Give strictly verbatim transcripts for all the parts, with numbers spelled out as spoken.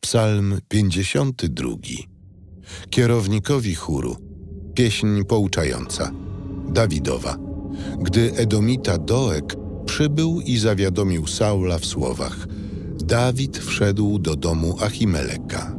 Psalm pięćdziesiąty drugi. Kierownikowi chóru. Pieśń pouczająca. Dawidowa. Gdy Edomita Doeg przybył i zawiadomił Saula w słowach: Dawid wszedł do domu Achimeleka.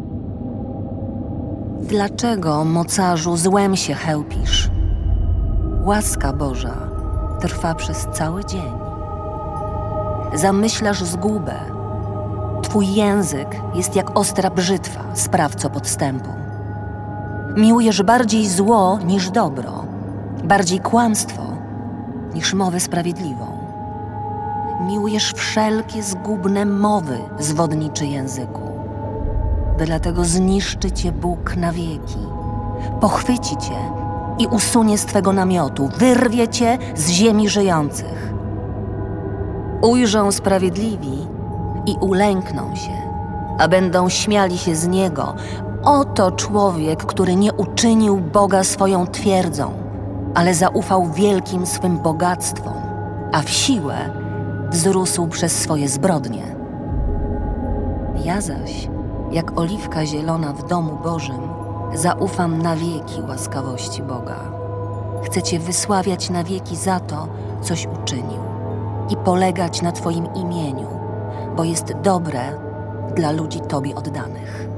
Dlaczego, mocarzu, złem się chełpisz? Łaska Boża trwa przez cały dzień. Zamyślasz zgubę. Twój język jest jak ostra brzytwa, sprawco podstępu. Miłujesz bardziej zło niż dobro, bardziej kłamstwo niż mowę sprawiedliwą. Miłujesz wszelkie zgubne mowy, zwodniczy języku. Dlatego zniszczy cię Bóg na wieki, pochwyci cię i usunie z twego namiotu, wyrwie cię z ziemi żyjących. Ujrzą sprawiedliwi i ulękną się, a będą śmiali się z niego. Oto człowiek, który nie uczynił Boga swoją twierdzą, ale zaufał wielkim swym bogactwom, a w siłę wzrósł przez swoje zbrodnie. Ja zaś, jak oliwka zielona w domu Bożym, zaufam na wieki łaskawości Boga. Chcę Cię wysławiać na wieki za to, coś uczynił i polegać na Twoim imieniu, bo jest dobre dla ludzi Tobie oddanych.